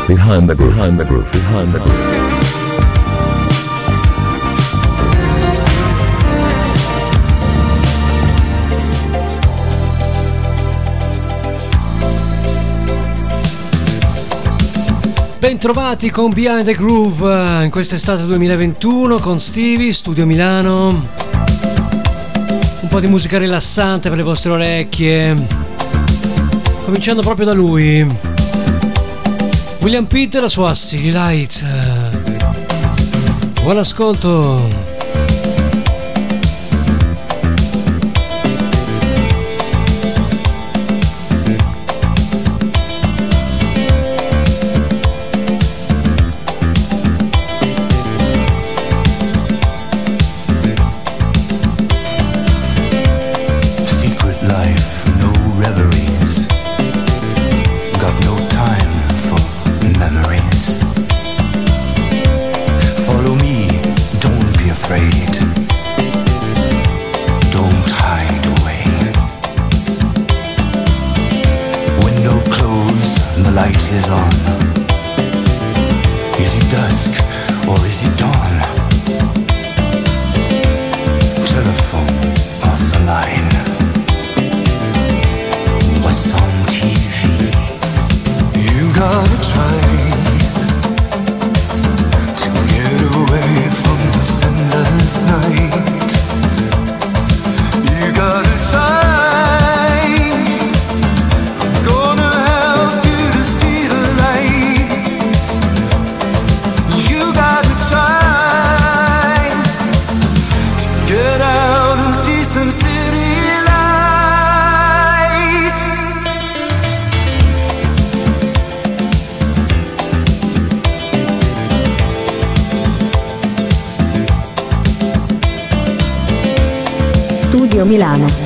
Behind the groove, behind the groove, behind the groove. Bentrovati con Behind the Groove in quest'estate 2021 con Stevie, Studio Milano. Un po' di musica rilassante per le vostre orecchie. Cominciando proprio da lui, William Peter, la sua City Light. Buon ascolto. Studio Milano.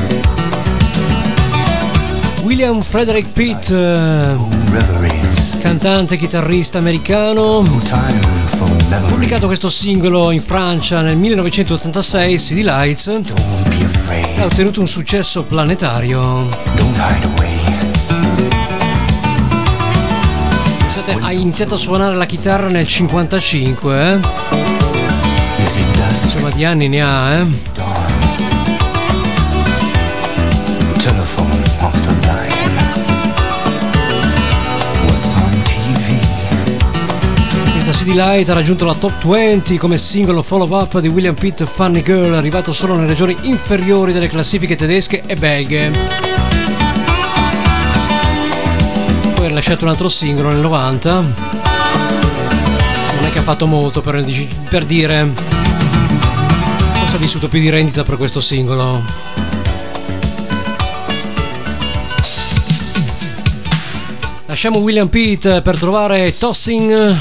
William Frederick Pitt, cantante e chitarrista americano. Ha pubblicato questo singolo in Francia nel 1986, City Lights, e ha ottenuto un successo planetario. Pensate, ha iniziato a suonare la chitarra nel 55, insomma di anni ne ha, City Light ha raggiunto la top 20 come singolo follow-up di William Pitt, Funny Girl, arrivato solo nelle regioni inferiori delle classifiche tedesche e belghe. Poi ha rilasciato un altro singolo nel 90. Non è che ha fatto molto per dire. Forse ha vissuto più di rendita per questo singolo. Lasciamo William Pitt per trovare Tossing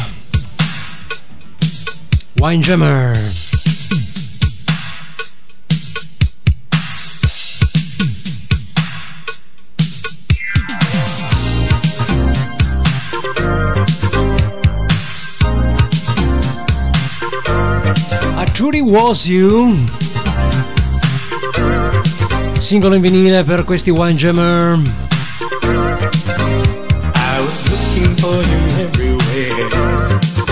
Windjammer. I Truly Was You, singolo in vinile per questi Windjammer. I was looking for you everywhere,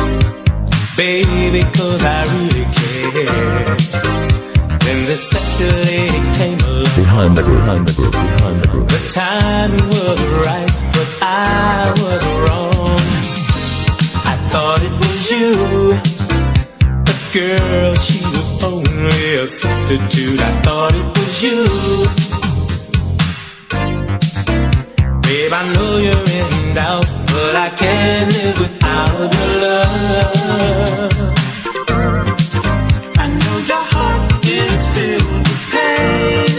baby, 'cause I really care. Then the sexy lady came along. Behind the groove. The timing was right, but I was wrong. I thought it was you, but girl, she was only a substitute. I thought it was you. Babe, I know you're in doubt, but I can't live without your love. I know your heart is filled with pain,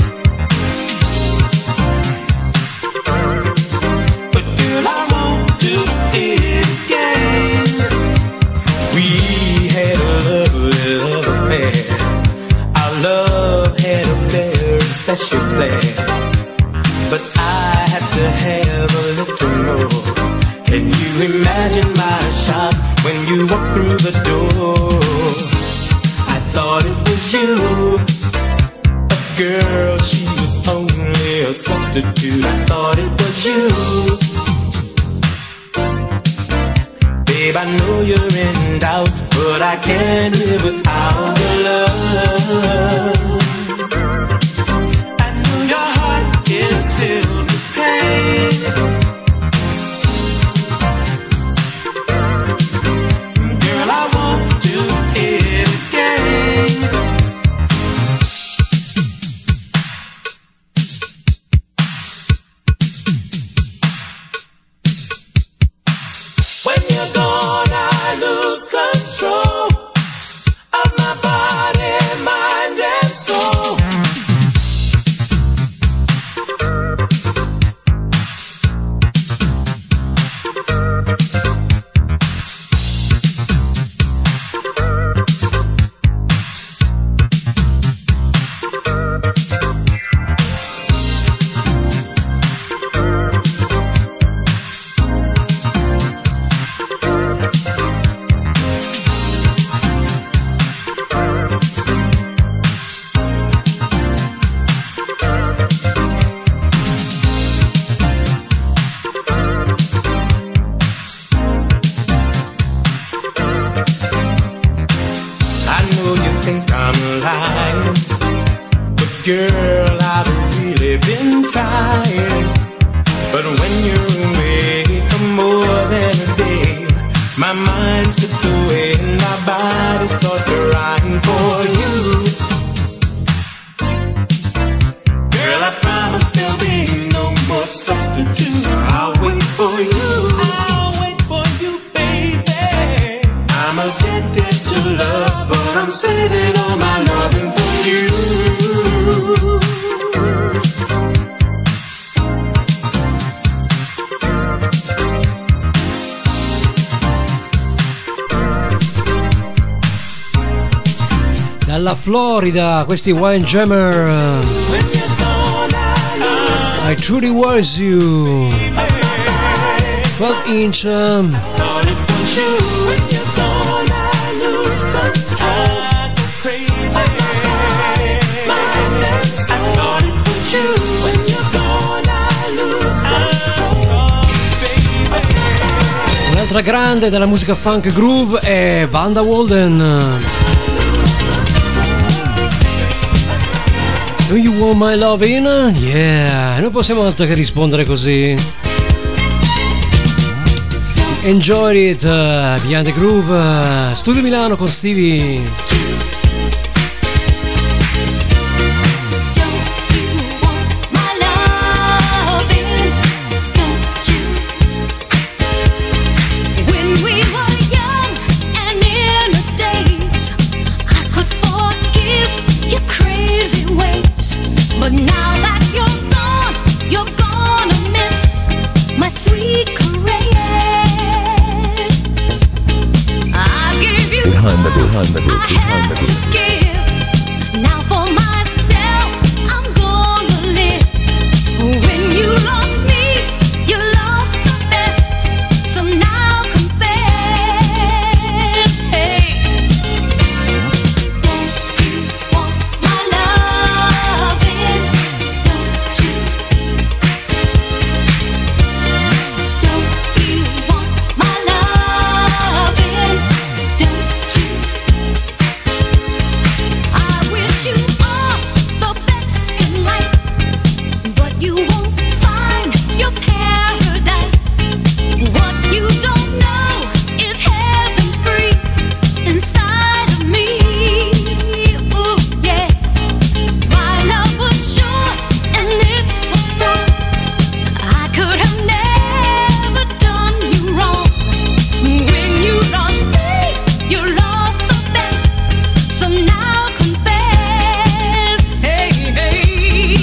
but girl, I won't do it again. We had a lovely love affair. Our love had a very special flair, but I had to have a little more. Can you imagine my shock when you walked through the door? I thought it was you, but girl, she was only a substitute. I thought it was you. Babe, I know you're in doubt, but I can't live without your love. I know your heart is filled with pain, girl, I won't do it again. When you're gone, I lose control of my body, mind, and soul. Girl, I've really been trying, but when you're away for more than a day, my mind slips away and my body starts to crying for you. Girl, I promise there'll be no more substitutes. I'll wait for you. I'll wait for you, baby. I'm addicted to love, but I'm saving all my loving for you. Dalla Florida, questi Windjammer, I Truly Was You. 12 inch. Thought it was you. When you're gone, I lose control. I go crazy. My goodness. I thought it was you. When you're gone, I lose control. Baby. Un'altra grande della musica funk groove è Vanda Walden. Do you want my lovin'? Yeah, non possiamo altro che rispondere così. Enjoy it, Beyond the Groove, Studio Milano con Stevie. Behind the groove. Now for myself, I'm gonna live. When you lost me, you lost the best. So now confess, hey, don't you want my loving? Don't you? Don't you want my loving? Don't you? I wish you all the best in life, but you won't find your paradise. What you don't know is heaven's free inside of me. Ooh, yeah. My love was sure and it was strong. I could have never done you wrong. When you lost me, you lost the best. So now confess, hey, hey.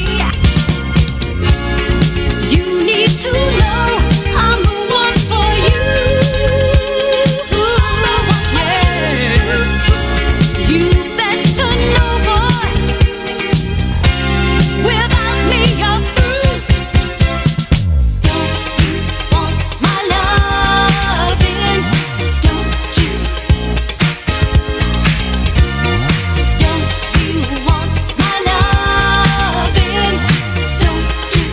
You need to know I'm the one for you. Yeah. You better know, boy. Without me, you're through. Don't you want my loving? Don't you? Don't you want my loving? Don't you?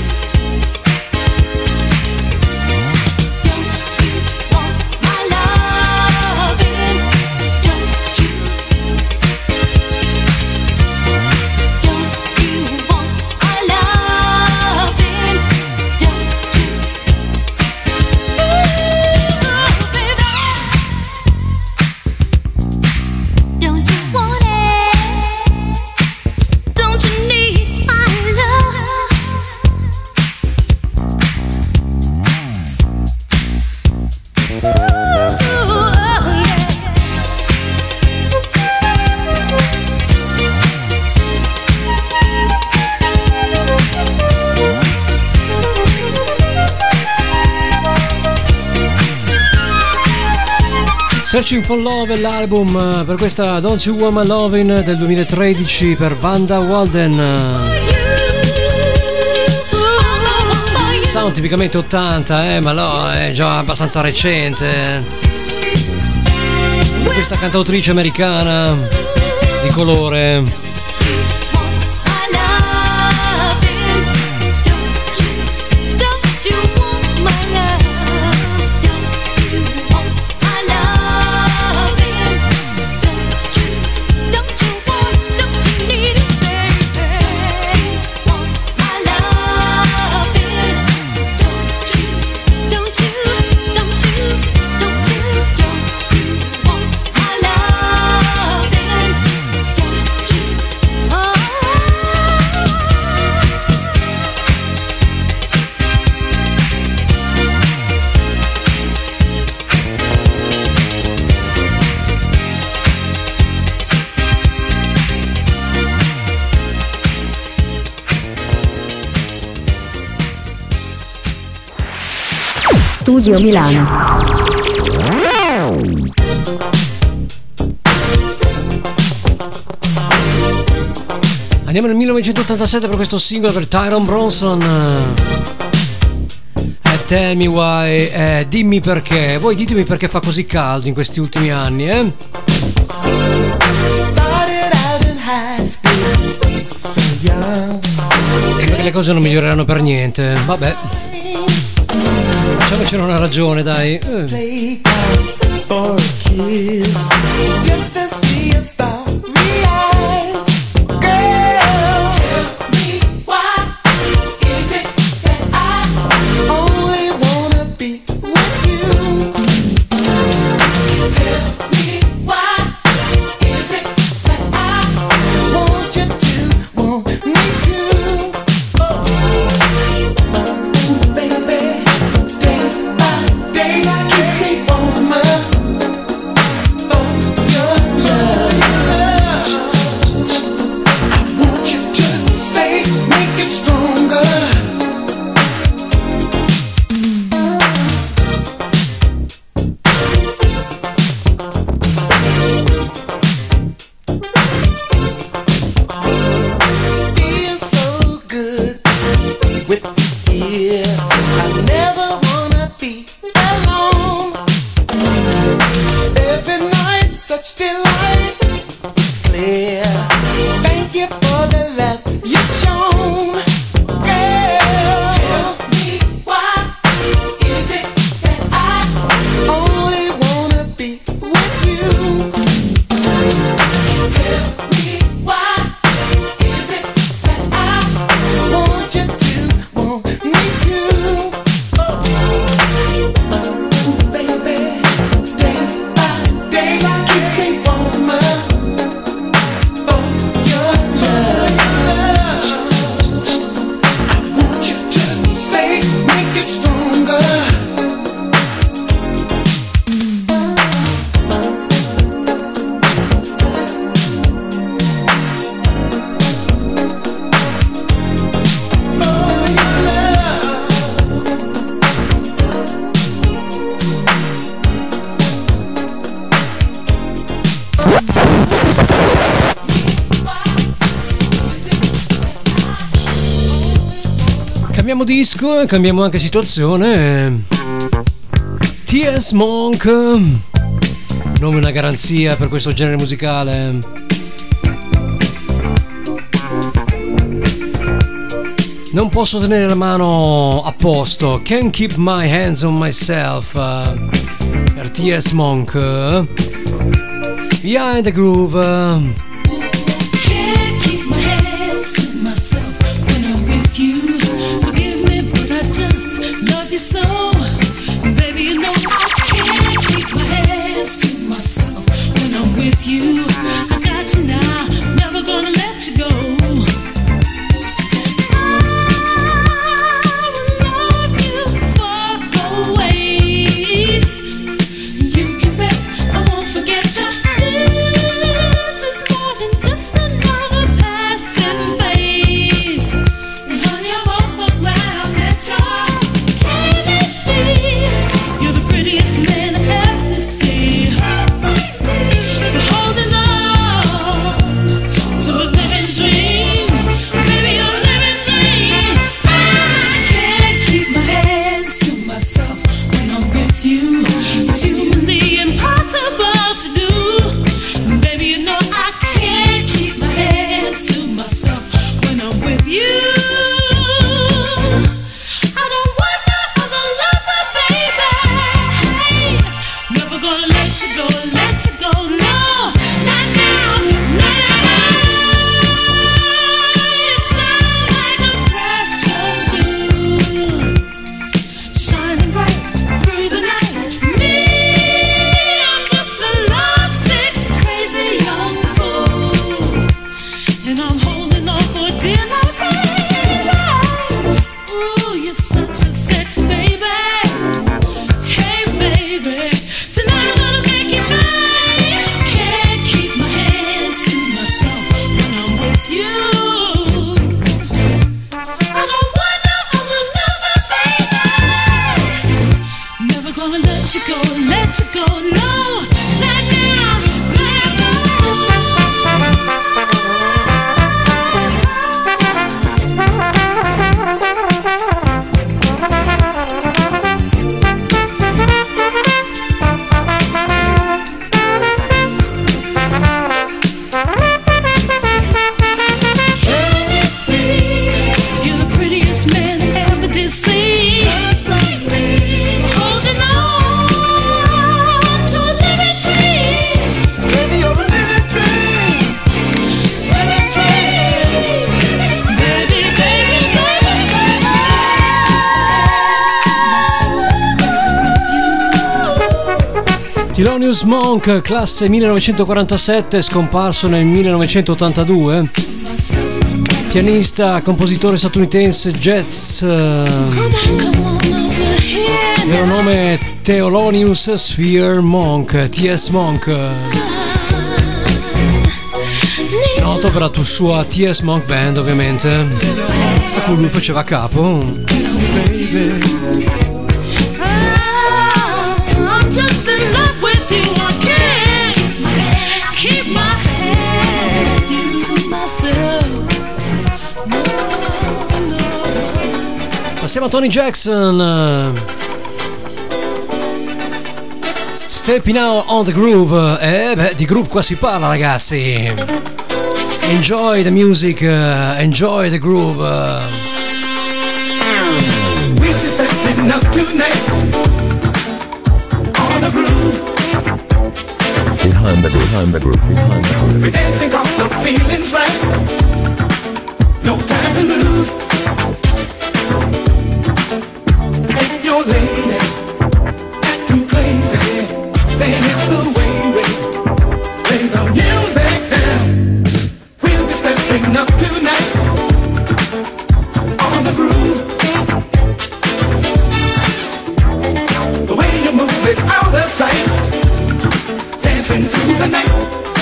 Don't you want my loving? Don't you? Don't you want my loving? Don't you? Ooh, baby. Don't you want it? Don't you need my love? Ooh, yeah. Searching for Love è l'album per questa Don't You Want My Lovin' del 2013 per Vanda Walden. Sound tipicamente 80, ma no, è già abbastanza recente. Questa cantautrice americana di colore. Studio Milano. Andiamo nel 1987 per questo singolo per Tyrone Bronson. È Tell Me Why, dimmi perché. Voi ditemi perché fa così caldo in questi ultimi anni, eh? Perché le cose non miglioreranno per niente. Vabbè, facciamocene una ragione, dai. Cambiamo disco e cambiamo anche situazione. T.S. Monk, nome una garanzia per questo genere musicale. Non posso tenere la mano a posto. Can't keep my hands on myself, per T.S. Monk. Behind the Groove. Thelonious Monk, classe 1947, scomparso nel 1982. Pianista, compositore statunitense, jazz. Vero nome Thelonious Sphere Monk, T.S. Monk. Noto per la sua T.S. Monk Band, ovviamente, a cui lui faceva capo. Passiamo a Tony Jackson. Stepping Out on the Groove. Di groove qua si parla, ragazzi. Enjoy the music, enjoy the groove. We're just stepping up tonight on the groove. Behind the groove. We're dancing 'cause the feeling's right. No time to lose. If your lady acting crazy, then it's the way we play the music down. We'll be stepping up tonight on the groove. The way you move is out of sight, dancing through the night.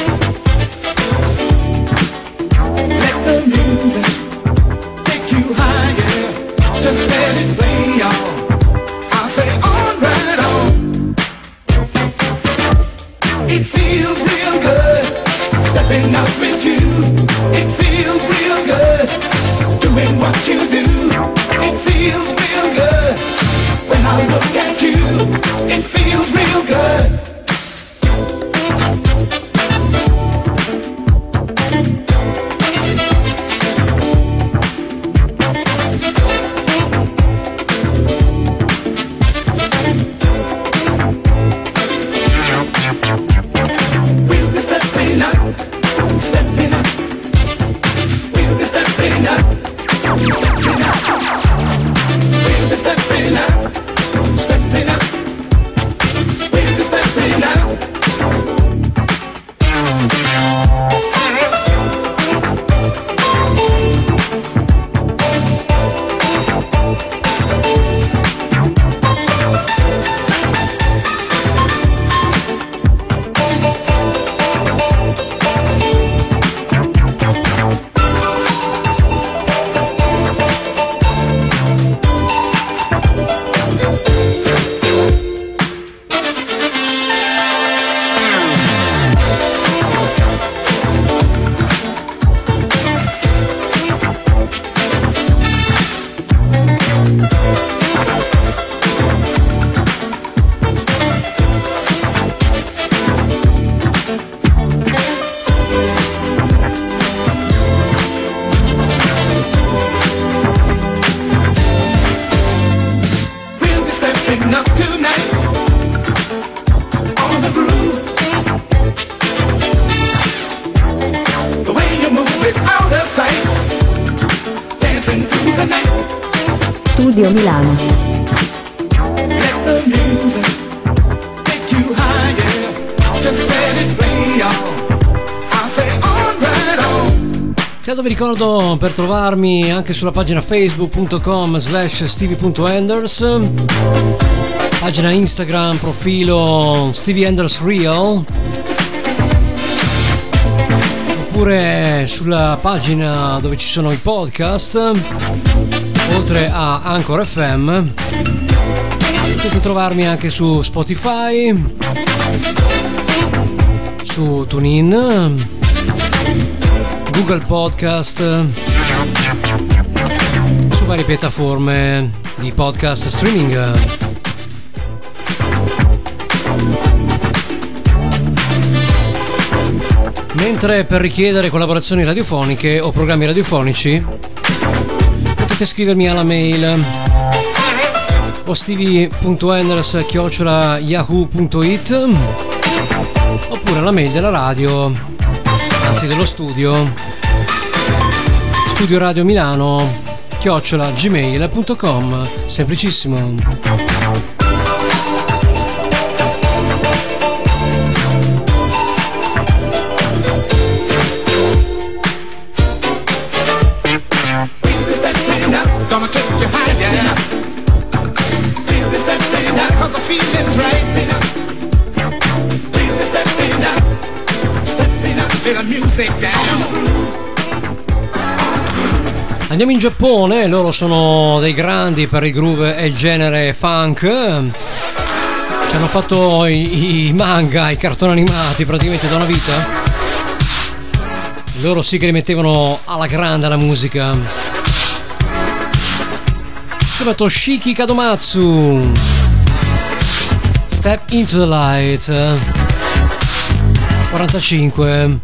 Let the music take you higher. Just let it play on. I'll say on right on. It feels real good stepping up with you. It feels real good doing what you do. It feels real good when I look at you. It feels real good. We'll be stepping up, stepping up. We'll be stepping up, stepping up. We'll be stepping up, stepping up. We'll be stepping up. We'll be stepping up tonight on the groove. The way you move is out of sight, dancing through the night. Studio Milano. Let the music take you higher. Just let it play on. I'll say on right on. Intanto vi ricordo per trovarmi anche sulla pagina facebook.com/stevie.enders, pagina Instagram, profilo Stevie Enders Real, oppure sulla pagina dove ci sono i podcast, oltre a Anchor FM. Potete trovarmi anche su Spotify, su TuneIn, Google Podcast, su varie piattaforme di podcast streaming. Mentre per richiedere collaborazioni radiofoniche o programmi radiofonici potete scrivermi alla mail stevie.enders@yahoo.it oppure alla mail della radio, anzi dello studio Radio Milano @gmail.com. Semplicissimo. Stepping up. Stepping up. Bit of music down. Andiamo in Giappone, loro sono dei grandi per il groove e il genere funk. Ci hanno fatto i manga, i cartoni animati praticamente da una vita. Loro sì che li mettevano alla grande la musica. Si chiama Toshiki Kadomatsu. Step into the light. 45.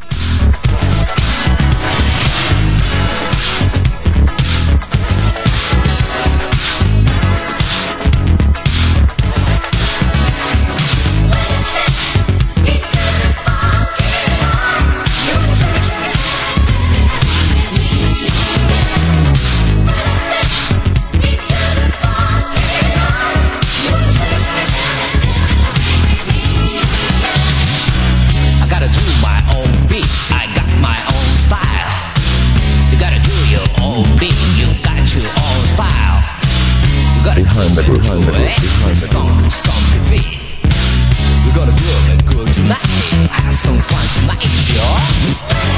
Behind the groove, behind the groove, behind the groove. Stomp the beat. We gotta groove and groove tonight. Have some fun tonight, y'all.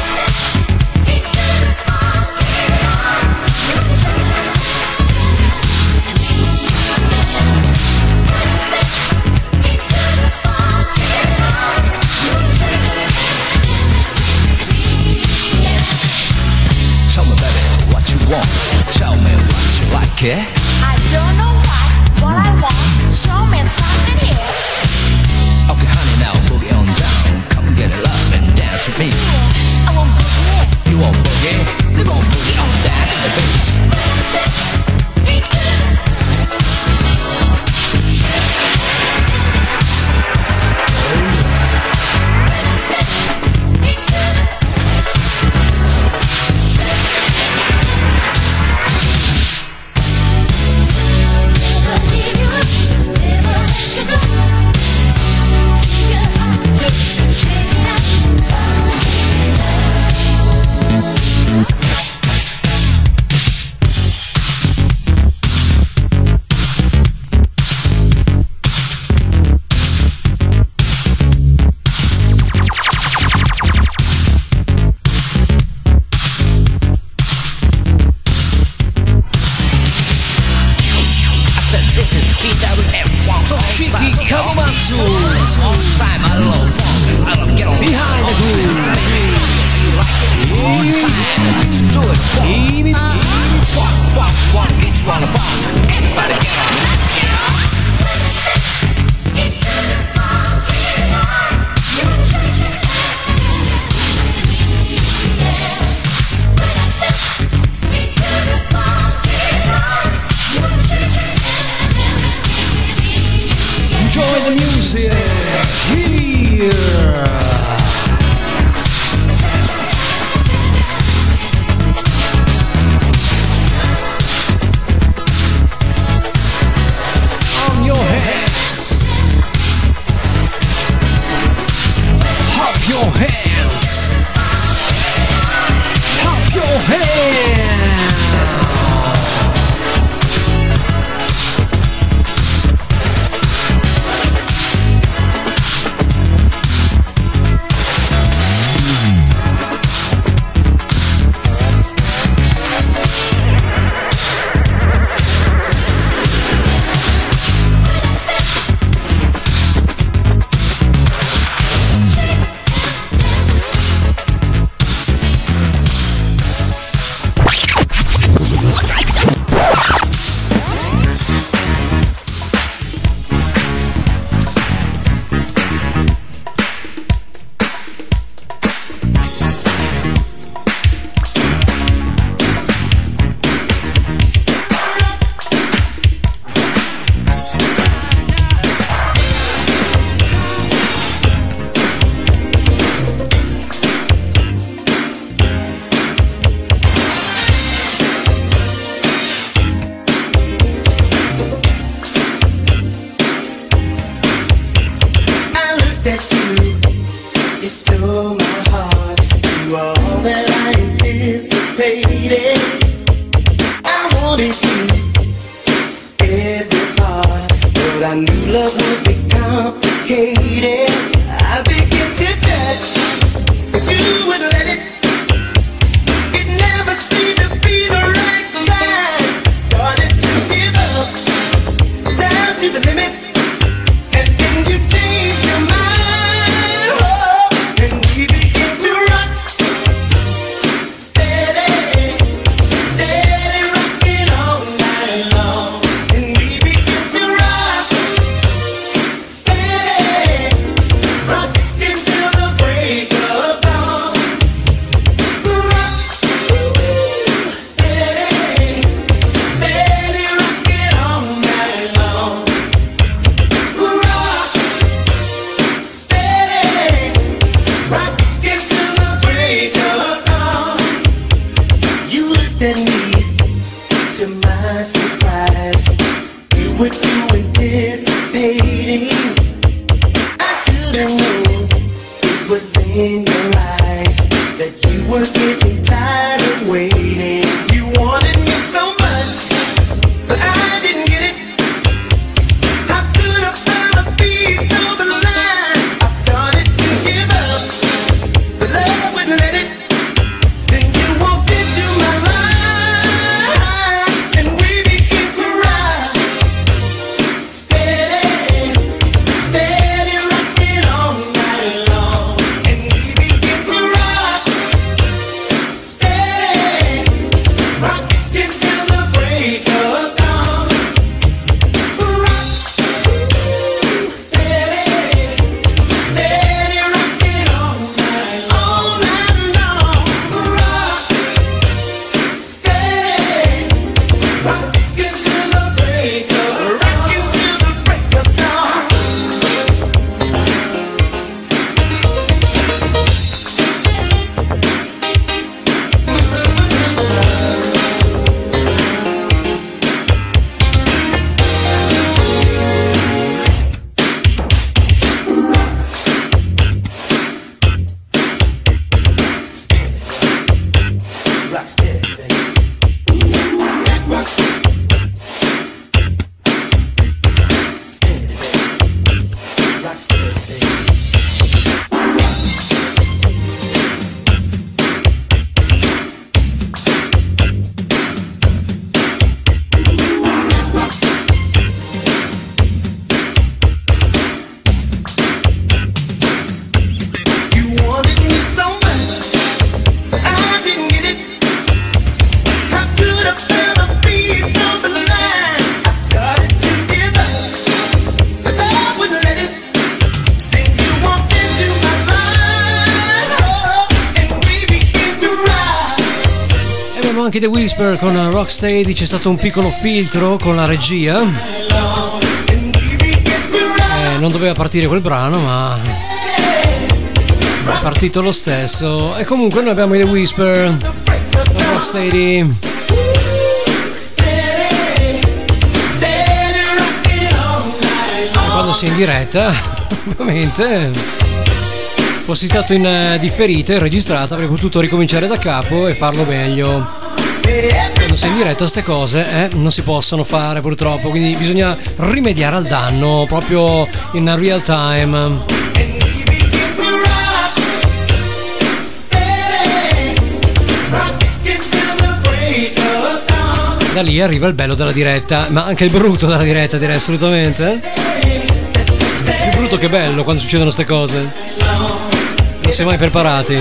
Tell me, baby, what you want. Tell me what you like, yeah? I don't know what I want. Show me something here. Okay, honey, now boogie on down. Come get it love and dance with me. I want boogie. You want boogie? We gon' boogie on dance, baby. I knew love would be kind. complicated. I begin to touch, but you wouldn't let it. It never seemed to be the right time. I started to give up, down to the limit, and then you changed your mind. Oh, and we begin to rock, steady, steady rocking all night long. And we begin to rock, steady, rocking till the break of dawn. Rock, steady, steady rocking all night long. Rock, steady, rocking till the break of dawn. You looked at me, to my surprise. You were too anticipating. I should've known it was in your eyes that you were getting tired of waiting. You wanted me so much, but I didn't get it. How could I find a piece of the line? I started to give up, but love wouldn't let it. Then you walked into my life, and we began to ride, steady, steady rocking all night long. And we began to rock, steady, rocking till the break of dawn. Rock, steady, steady rocking all night long. Rock, steady, rocking till the break of dawn. Rock steady, baby. Rock steady, baby. Rock steady, baby. You wanted me so much, but I didn't get it. How could I find a piece of the line? I started to give up, but love wouldn't let it. Then you walked into my life, oh, and we began to ride. E abbiamo anche The Whisper con Rocksteady, c'è stato un piccolo filtro con la regia. And we began to ride. Non doveva partire quel brano, ma è partito lo stesso. E comunque noi abbiamo i The Whisper, Rocksteady. Steady, steady rocking all night long. Quando sei in diretta, ovviamente, fossi stato in differita e registrata, avrei potuto ricominciare da capo e farlo meglio. Quando sei in diretta ste cose non si possono fare purtroppo, quindi bisogna rimediare al danno proprio in real time. And we begin to rock, steady, rocking till the break of dawn. Da lì arriva il bello della diretta, ma anche il brutto della diretta, direi assolutamente. Più brutto che bello quando succedono ste cose. Non si è mai preparati.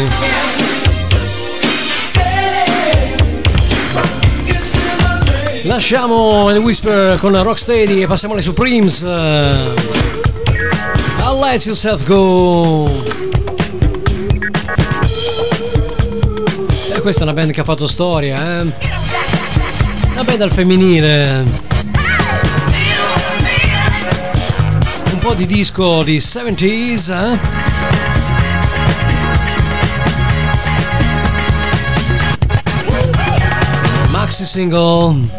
Lasciamo The Whisper con Rocksteady e passiamo alle Supremes. I'll Let Yourself Go. E questa è una band che ha fatto storia, una band al femminile. Un po' di disco di 70s, maxi single,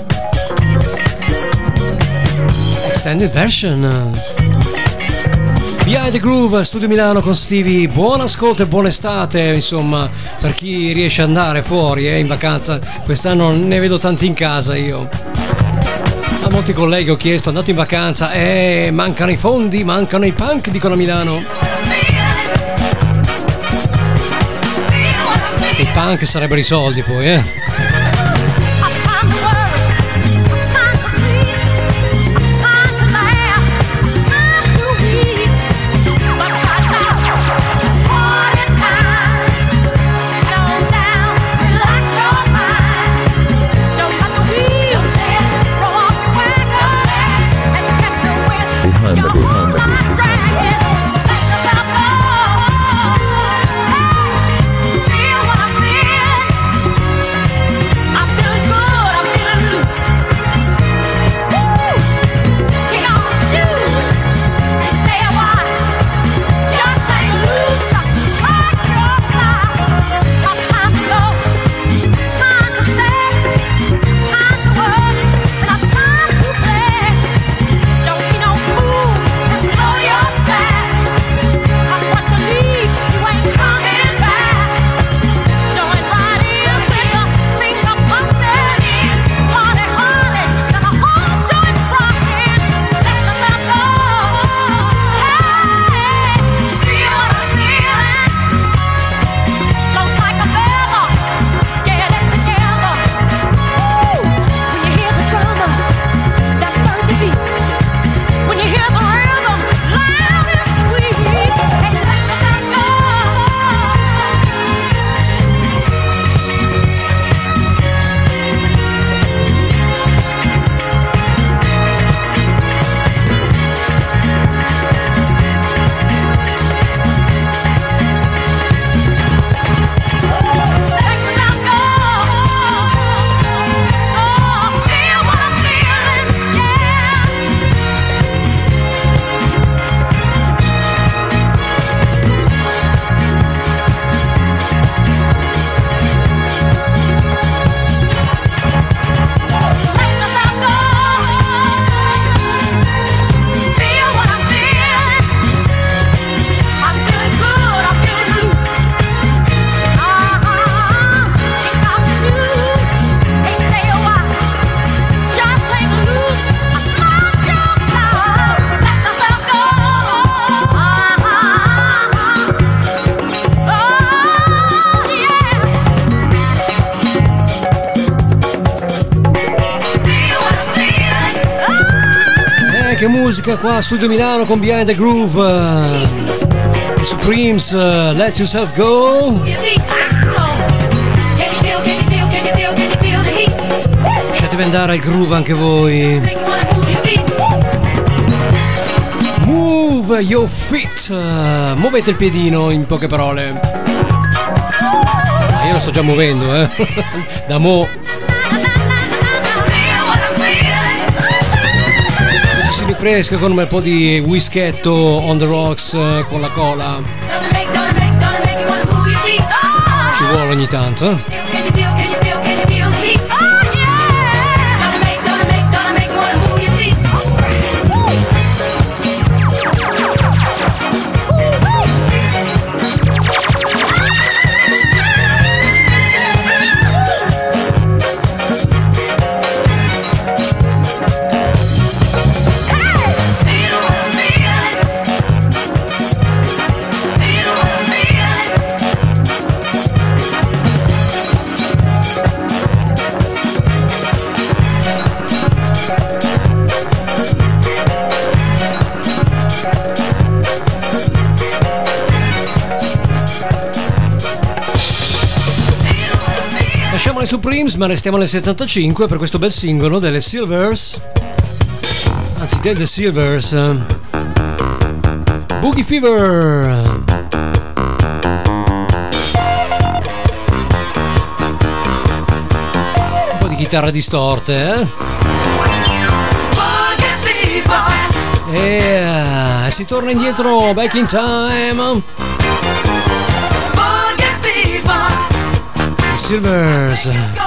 extended version. Behind the Groove, Studio Milano con Stevie. Buon ascolto e buona estate, insomma, per chi riesce ad andare fuori in vacanza. Quest'anno ne vedo tanti in casa io. molti colleghi ho chiesto, andate in vacanza, mancano i fondi, mancano i punk, dicono a Milano. I punk sarebbero i soldi poi, Che musica qua, Studio Milano con Behind the Groove, i Supremes, Let Yourself Go. Lasciatevi andare al groove anche voi. Move your feet, muovete il piedino, in poche parole. Io lo sto già muovendo, da mo'. Si rifresca con un bel po' di whisketto on the rocks con la cola. Ci vuole ogni tanto, Lasciamo le Supremes, ma restiamo nel 75 per questo bel singolo delle Silvers, anzi delle Silvers, Boogie Fever. Un po' di chitarra distorte, e si torna indietro, back in time. Silvers,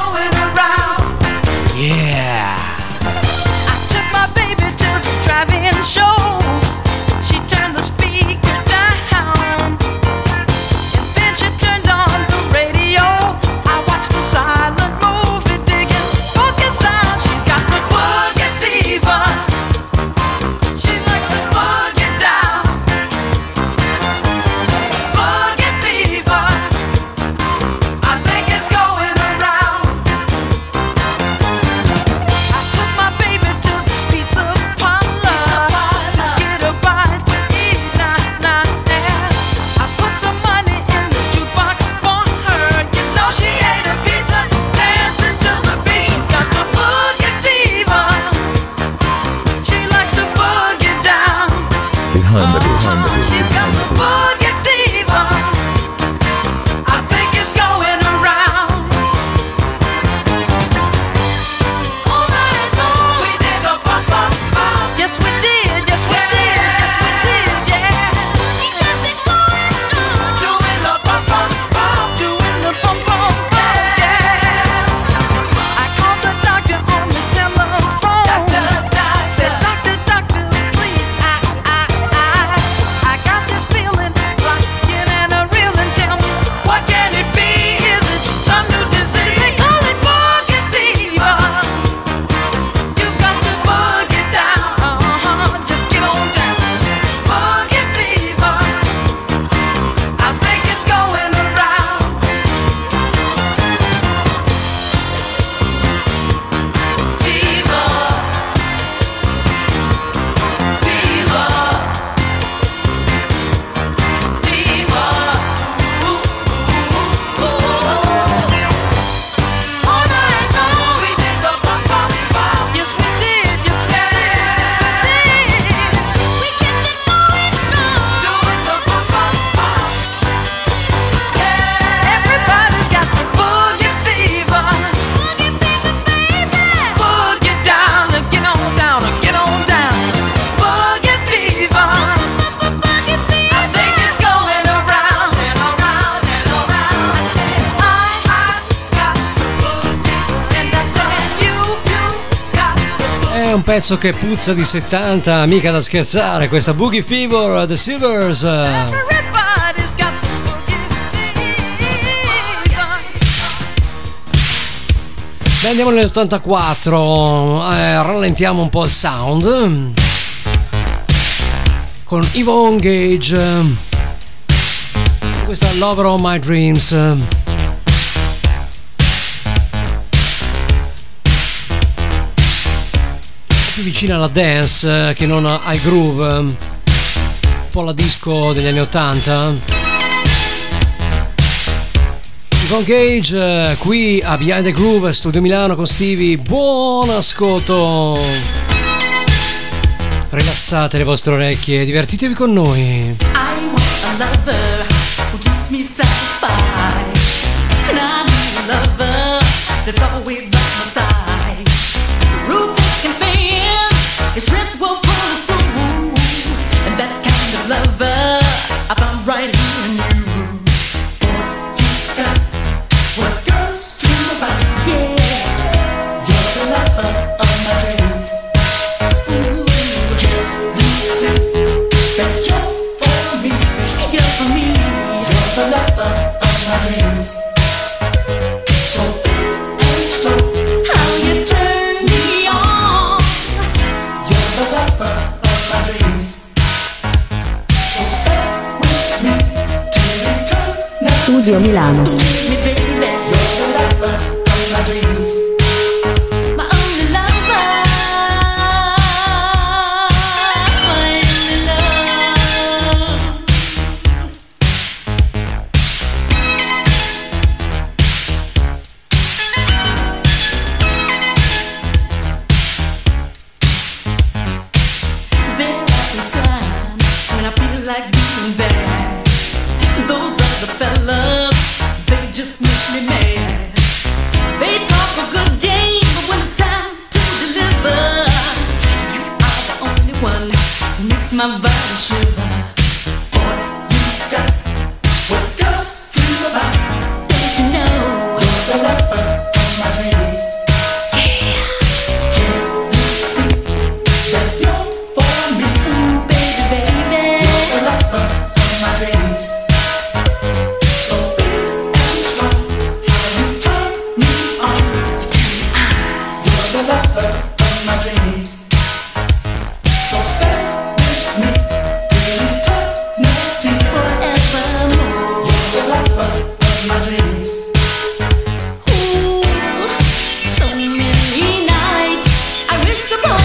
yeah. I took my baby to the drive-in show. She turned the speaker down, and then she turned on the radio. I watched the silent movie, digging focus sound. She's got the boogie fever. She's got the boogie fever. I think it's going around. All night long we did the bum bum bum. Yes we did, yes we did, yes we did, yeah. She got it going on. Doing the bum bum bum, doing the bum bum bum, yeah. I called the doctor on the telephone. Said doctor, please, I got this feeling rocking and a reeling. Tell me, what can it be? Is it some new disease? They call it boogie fever. You've got to boogie down, just get on down. Boogie fever, I think it's going around. Fever, all night long we did the bum bum bum. Yes we did, yes we did, yes we did. We kept it going strong, doing the bum bum bum. Yeah, everybody's got the boogie fever. Boogie fever, baby. Boogie down and get on down and get on down. Boogie fever. Boogie fever. I think it's going around and around and around. I said I got the boogie, and I said you got the È un pezzo che puzza di 70, mica da scherzare, questa Boogie Fever, The Silvers. Everybody's got the boogie fever. Beh, andiamo nell'84, rallentiamo un po' il sound con Yvonne Gage, questa Lover of My Dreams. Più vicina alla dance che non al groove, un po' la disco degli anni 80. Yvonne Gage qui a Behind the Groove, Studio Milano con Stevie. Buon ascolto, rilassate le vostre orecchie, divertitevi con noi. I want a lover who keeps me satisfied, and I need a lover that's always by my side. Roof that can bend, his strength will pull us through, and that kind of lover I found right here in you. You got what girls dream about, yeah. You're the lover of my dreams. Ooh, can't you see that you're for me? You're for me. You're the lover of my dreams. So big and strong, how you turn me on. You're the lover of my dreams. So stay with me till eternity. Studio Milano. Me, baby. You're the lover of my dreams. My only lover. My only love. There are some times when I feel like being bad. Those other fellas, they just make me mad. They talk a good game, but when it's time to deliver, you are the only one who makes my body shiver. Boy, you got what girls dream about. Don't you know? You're the lover of my dreams. Yeah. Can't you see that you're for me? Baby, baby. You're the lover of my dreams. So big and strong, how you turn me on. You're the lover of my dreams. So stay with me till eternity, forevermore. You're the lover of my dreams. Ooh, so many nights I wish upon a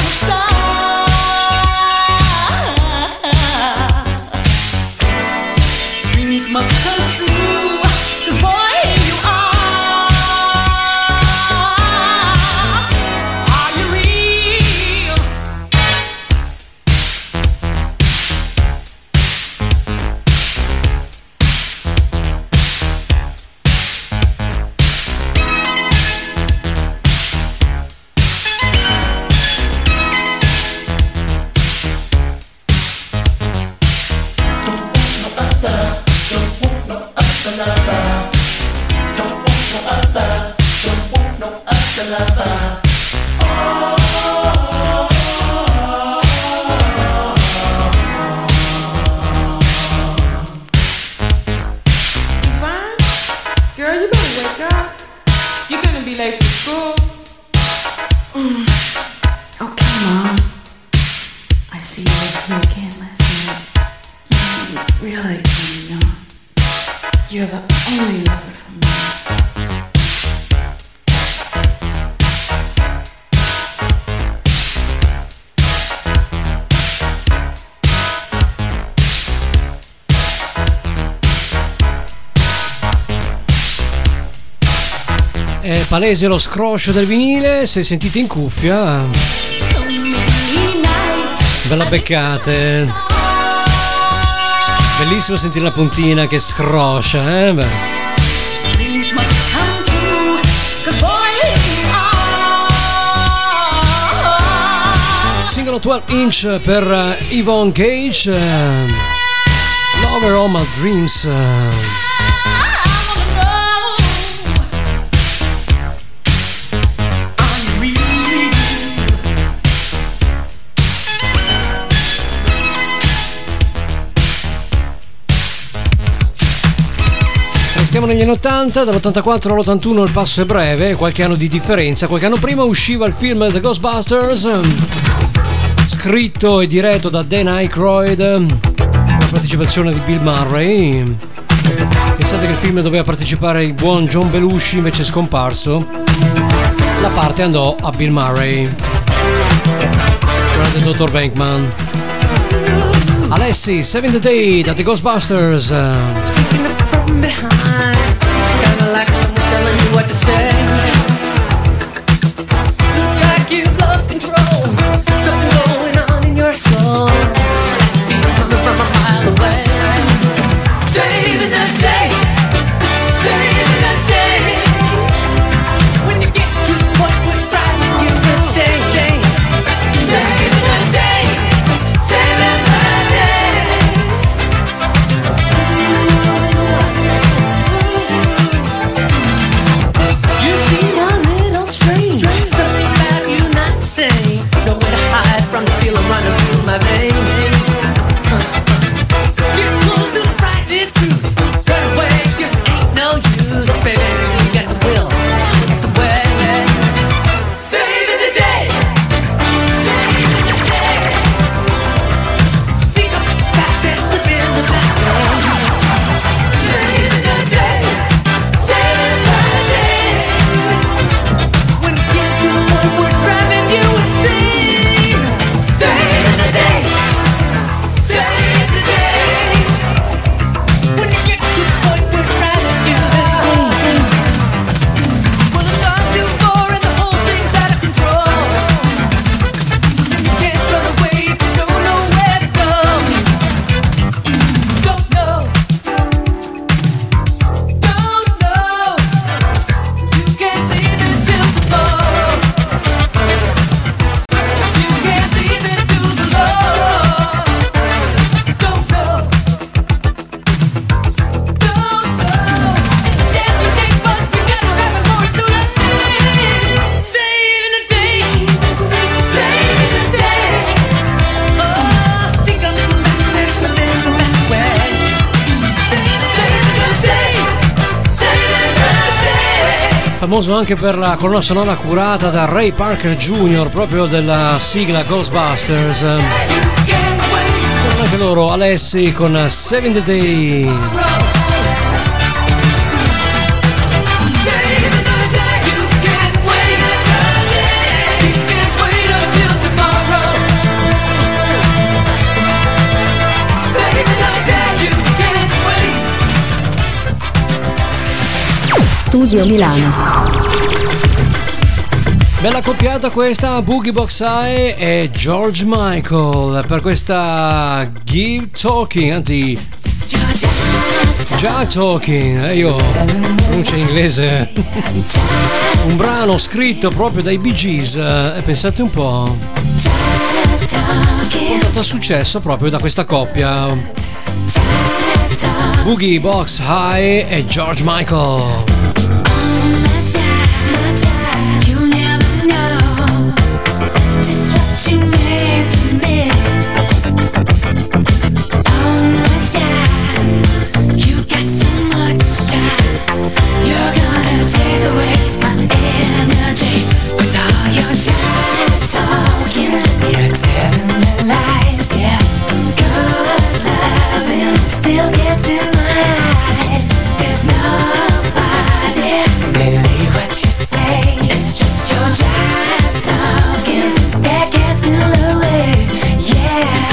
star. Dreams must come true, 'cause boy, here you are. Are you real? late for school. Okay, Mom. I see you with him again last night. You really turn me on. You're the only lover for me. È palese lo scroscio del vinile, se sentite in cuffia ve la beccate. Bellissimo sentire la puntina che scroscia, eh? Beh. Singolo 12 inch per Yvonne Cage, Lover of My Dreams. Stiamo negli anni 80, dall'84 all'81 il passo è breve, qualche anno di differenza. Qualche anno prima usciva il film The Ghostbusters, scritto e diretto da Dan Aykroyd, con la partecipazione di Bill Murray. Pensate che il film doveva partecipare il buon John Belushi, invece è scomparso. La parte andò a Bill Murray, grande Dr. Venkman. Alessi, Saving the Day da The Ghostbusters. Behind, kinda like someone telling you what to say. Looks like you've lost control. Something going on in your soul. I see it coming from a mile away. Saving the day, saving the day. When you get to what was right, you can say, saving the day, saving the day. You seem a little strange. Something about you not the same. Nowhere to hide from the feeling running through my veins. Get close to the frightening truth. Run away just ain't no use, baby. You got the will, you got the way. Saving the day, saving the day. Think of the past that's within the background. Saving the day, saving the day. When you get to the point where it's driving you insane. Saving the day, save the day. When you get to the point where it's driving you insane. Well, it's gone too far and the whole thing's out of control. You can't run away if you don't know where to go. Don't know. You can't leave it till tomorrow. You can't leave it to the Lord. Don't know. It's a step you take, but you gotta drive it more slowly. Saving the day, saving the day. Oh, think of the back, there's a little back way. Saving the day, saving the day. Famoso anche per la colonna sonora curata da Ray Parker Jr., proprio della sigla Ghostbusters. Anche loro, Alessi con Saving the Day. Studio Milano. Bella coppiata questa, Boogie Box High e George Michael per questa Give Talking, anzi Jive Talking, io pronuncio in inglese. Un brano scritto proprio dai Bee Gees, e pensate un po', portato a successo proprio da questa coppia, Boogie Box High e George Michael. You're gonna take away my air. still gets in my eyes. There's nobody, believe what you say. It's just your jive talking that gets in the way, yeah.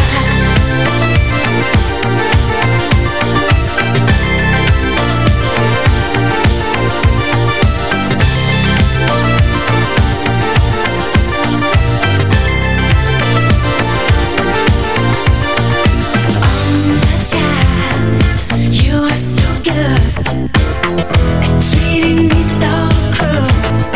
Treating me so cruel.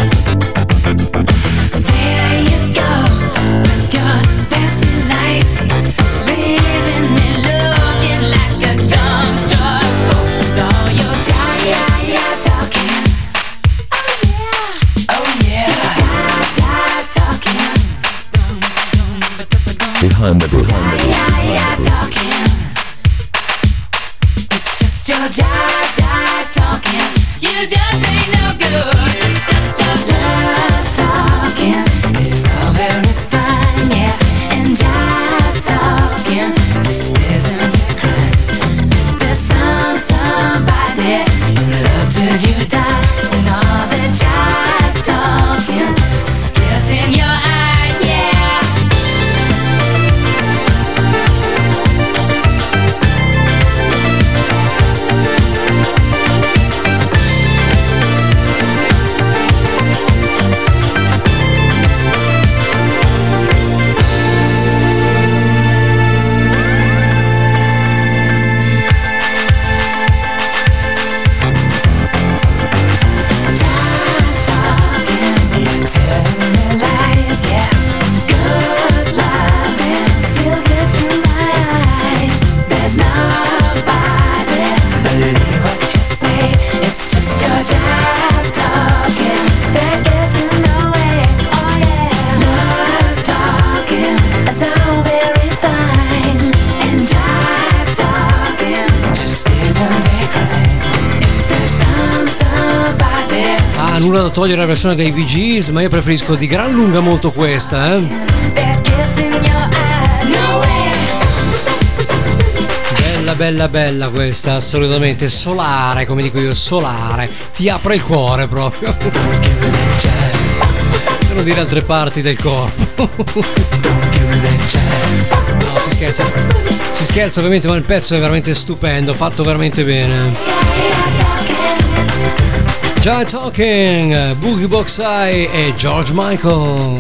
There you go with your fancy lies, leaving me looking like a dumbstruck fool with all your jive talking. Oh yeah, jive talking. Behind the groove. Jive talking. It's just your jive talking. You just ain't no good. It's just your love talking. It's all very fine, yeah. And jive talking just isn't a crime. There's somebody you love till you die, and all the jive talking just gets in your eye, yeah. Nulla da togliere alla versione dei Bee Gees, ma io preferisco di gran lunga molto questa, Bella, bella, bella questa, assolutamente solare, come dico io, solare. Ti apre il cuore proprio. Per non dire altre parti del corpo. No, si scherza. Si scherza ovviamente, ma il pezzo è veramente stupendo, fatto veramente bene. Jive Talking, Boogie Box High e George Michael.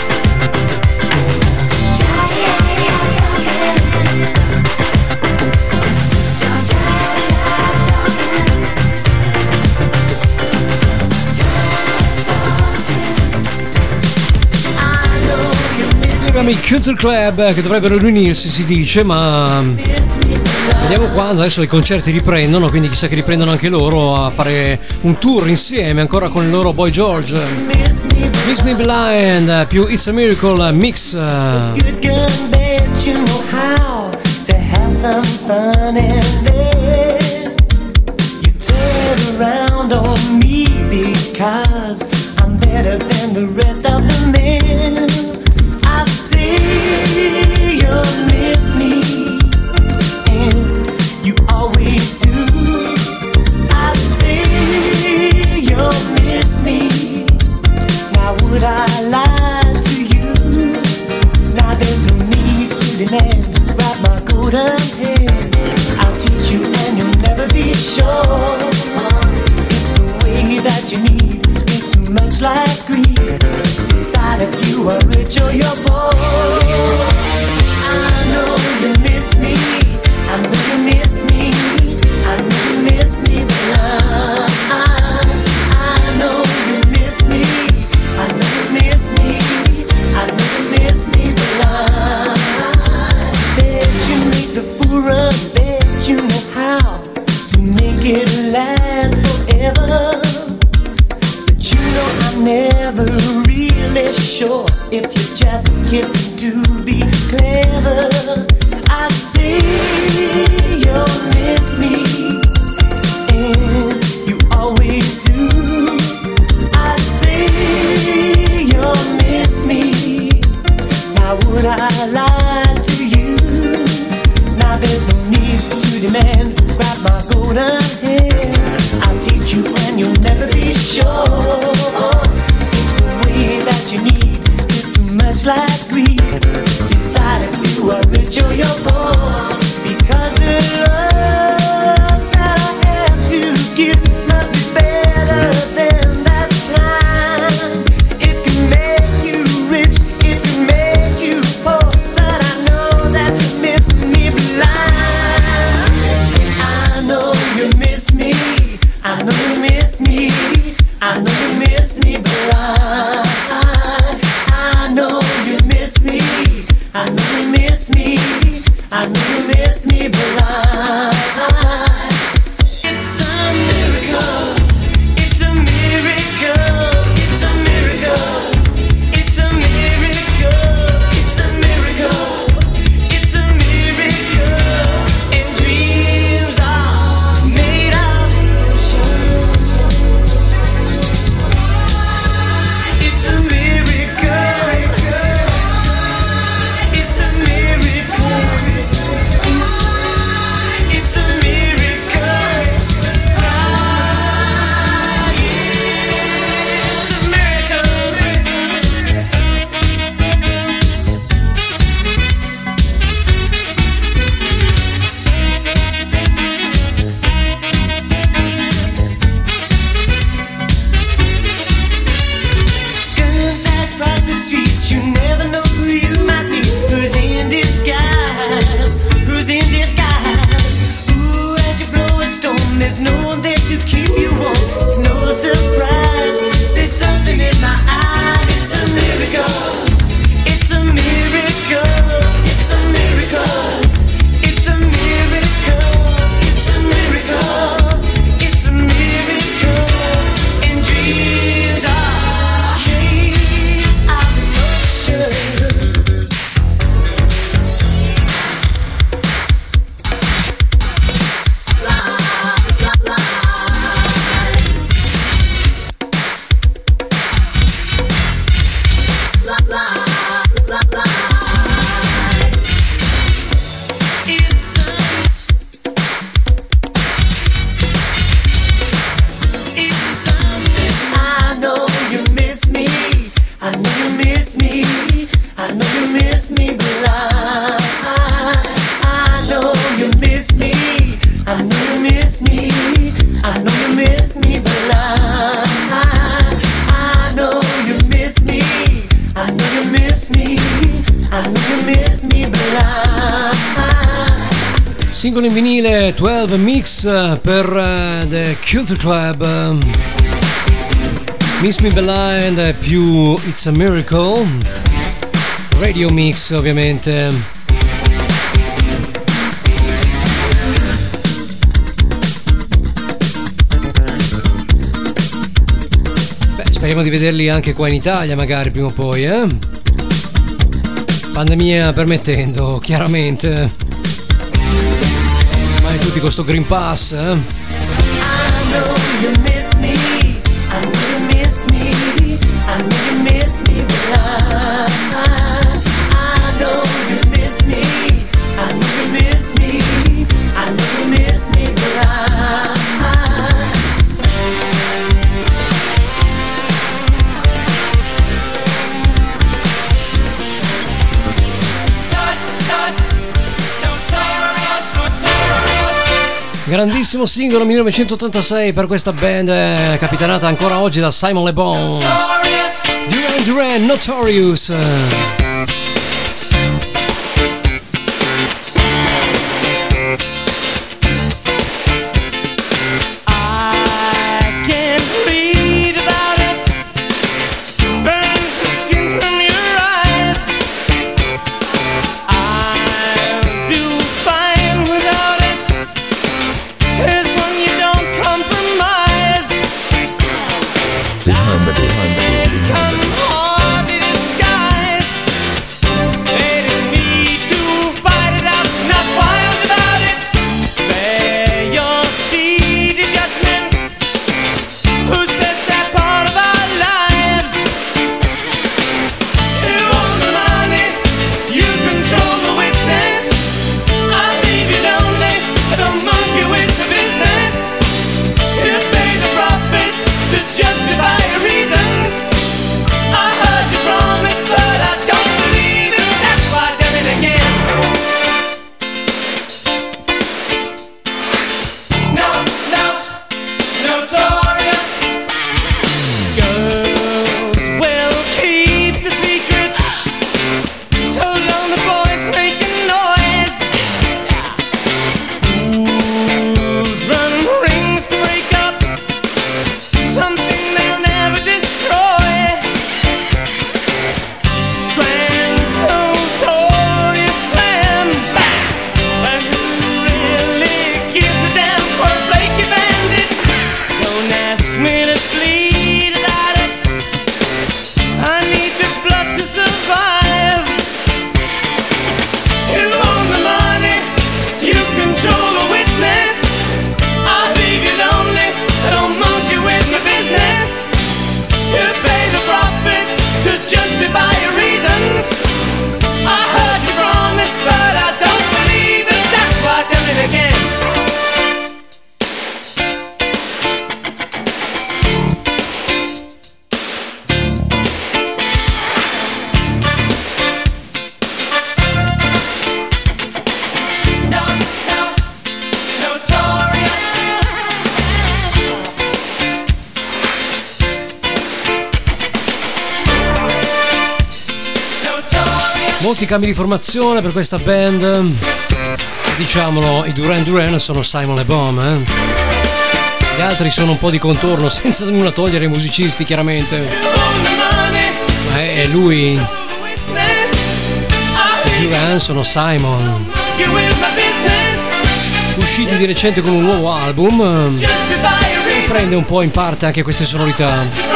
Abbiamo il Culture Club che dovrebbero riunirsi, si dice, ma vediamo quando. Adesso i concerti riprendono, quindi chissà che riprendono anche loro a fare un tour insieme ancora con il loro Boy George. Miss Me Blind più It's a Miracle mix. Good girl, bet you know how to have some fun, and then you turn around on me because I'm better than the rest of the men. I see you miss me, and you always do. I see you miss me. Now would I lie to you? Now there's no need to demand. Grab my golden hand, I'll teach you and you'll never be sure. It's the way that you need, it's too much like greed. Decide if you are rich or you're poor. I know you miss me, I know you miss me, I know you miss me, but I know you miss me, I know you miss me, I know you miss me, but bet you make the fool run, bet you know how to make it last forever. But you know I never ahead. I'll teach you and you'll never be sure. The way that you need is too much like greed. Decide if you are rich or you're poor, because the love that I have to give must be better than that kind. It can make you rich, it can make you poor, but I know that you miss me blind. I know you miss me, I know you miss me, I know you miss me blind. I know you miss me, I know you miss me, I know you miss me blind. It's a miracle, it's a miracle, it's a miracle, it's a miracle, it's a miracle, it's a miracle, and dreams are made of illusion. It's a miracle, it's a miracle, it's a miracle, girls that cross the street, you never know who you might be. Who's in disguise? Who's in disguise? Ooh, as you blow a storm, there's no one there to keep you warm. It's no surprise. There's something in my eye. It's a miracle. It's a miracle. It's a miracle. It's a miracle. It's a miracle. It's a miracle. And dreams are made of illusion. I know you miss me, I know you miss me, I know you miss me blind. I know you miss me, I know you miss me, I know you miss me blind. I know you miss me, I know you miss me, I know you miss me blind. Singolo in vinile 12 mix per The Culture Club. Miss Me Blind più It's a Miracle. Radio mix ovviamente. Beh, speriamo di vederli anche qua in Italia magari prima o poi, Pandemia permettendo, chiaramente. Ma tutti con sto Green Pass, I know you miss me, I know you miss me, I know you miss me blind. I know you miss me, I know you miss me, I know you miss me blind. grandissimo singolo 1986 per questa band capitanata ancora oggi da Simon Le Bon. Duran Duran, Notorious. behind the molti cambi di formazione per questa band. Diciamolo, i Duran Duran sono Simon e Bon, Gli altri sono un po' di contorno, senza nulla togliere ai musicisti, chiaramente. E lui, i Duran sono Simon. Usciti di recente con un nuovo album, prende un po' in parte anche queste sonorità.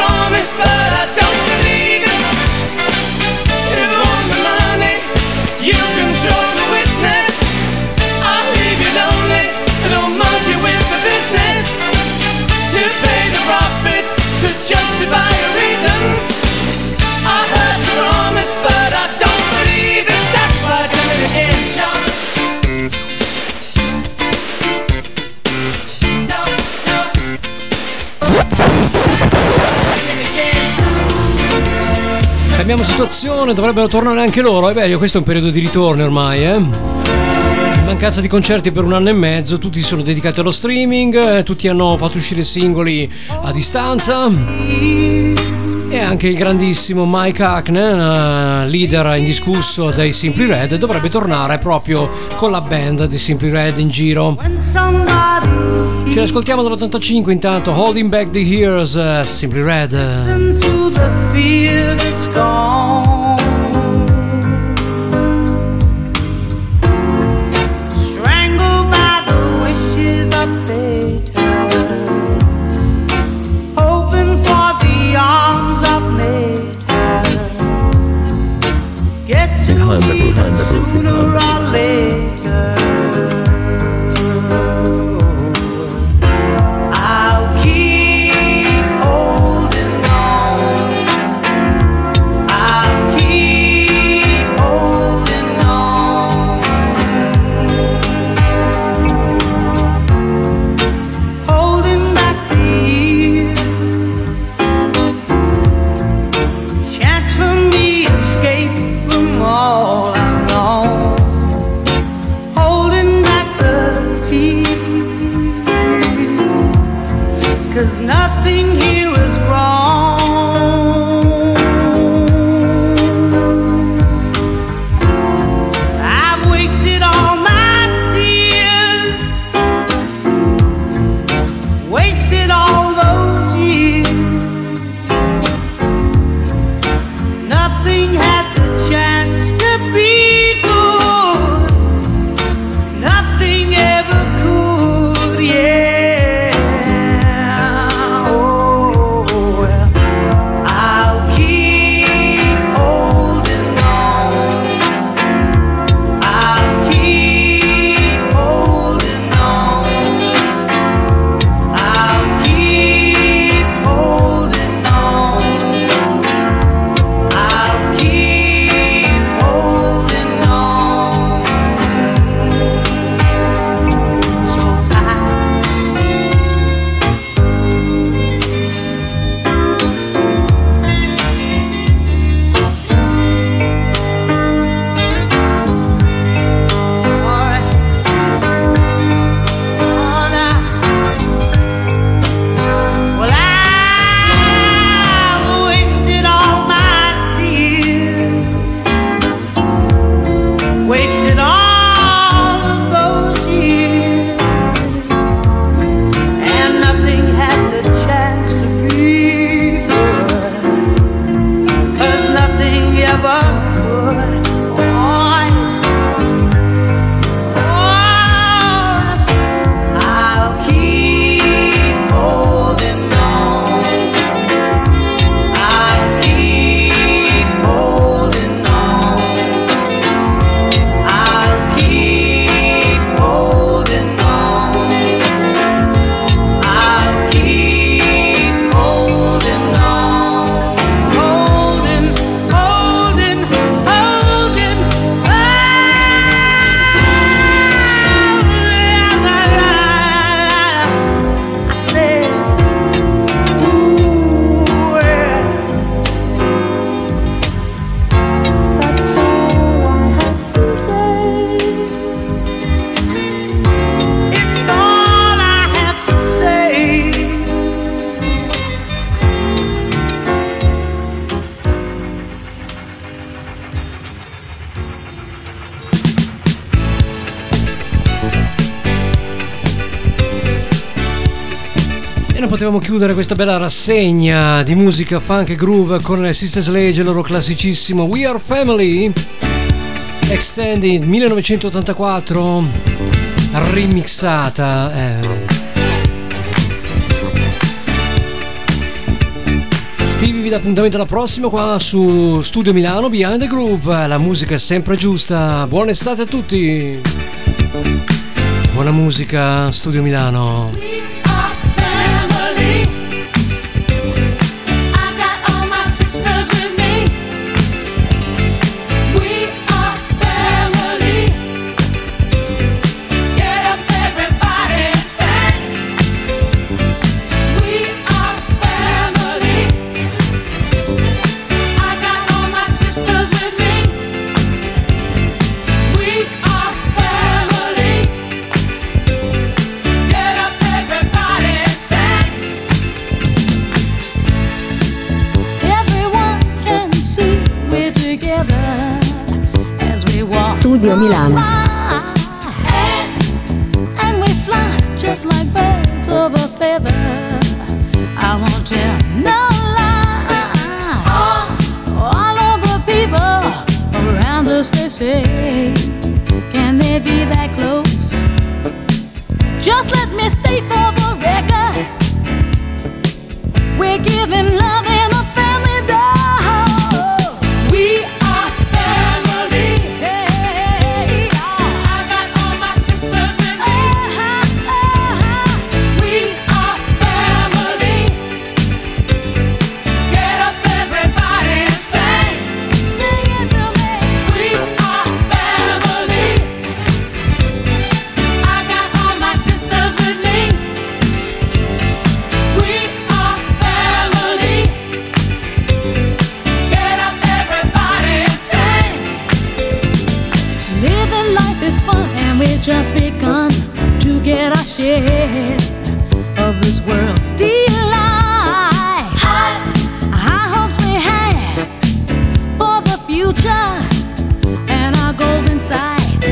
Justify your reasons. I heard you promise, but I don't believe it. That's why I do it again. No, no, no. Cambiamo situazione, dovrebbero tornare anche loro. E beh, questo è un periodo di ritorno ormai, Mancanza di concerti per 1 anno e mezzo, tutti sono dedicati allo streaming, tutti hanno fatto uscire singoli a distanza. E anche il grandissimo Mike Hackney, leader indiscusso dei Simply Red, dovrebbe tornare proprio con la band dei Simply Red in giro. Ce l'ascoltiamo dall'85 intanto, Holding Back the Years, Simply Red. Behind the groove. Sooner or later, I'll keep holding on. I'll E non potevamo chiudere questa bella rassegna di musica funk e groove con le Sister Sledge e il loro classicissimo We Are Family Extended 1984 remixata. Stevie vi dà appuntamento alla prossima qua su Studio Milano Behind the Groove. La musica è sempre giusta. Buona estate a tutti. Buona musica, Studio Milano. Studio Milano. And we fly just like birds of a feather. I won't tell no lie. All of the people around us, they say, can they be that close? Just let me state for the record, we're giving love in a family dose. We are family. I got all my sisters with me. We are family. Get up everybody and sing. Sing it to me. We are family. I got all my sisters with me. We are family. Get up everybody and sing. Living life is fun and we've just begun to get our share of this world's delight. High hopes we have for the future and our goals in sight.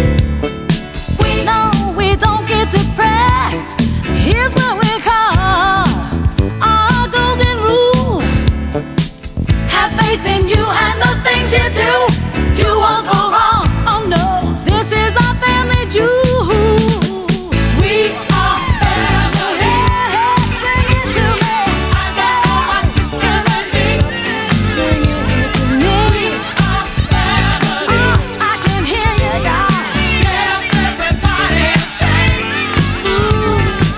We don't get depressed. Here's what we call our golden rule. Have faith in you and the things you do. You won't go wrong. Oh no, this is our family jewel. We are family. Sing it to me. I got all my sisters with me. Sing it to me. We are family. I can hear you guys. Get up everybody and sing.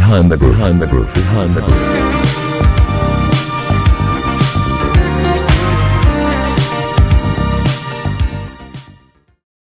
behind the groove, behind the groove, behind the groove.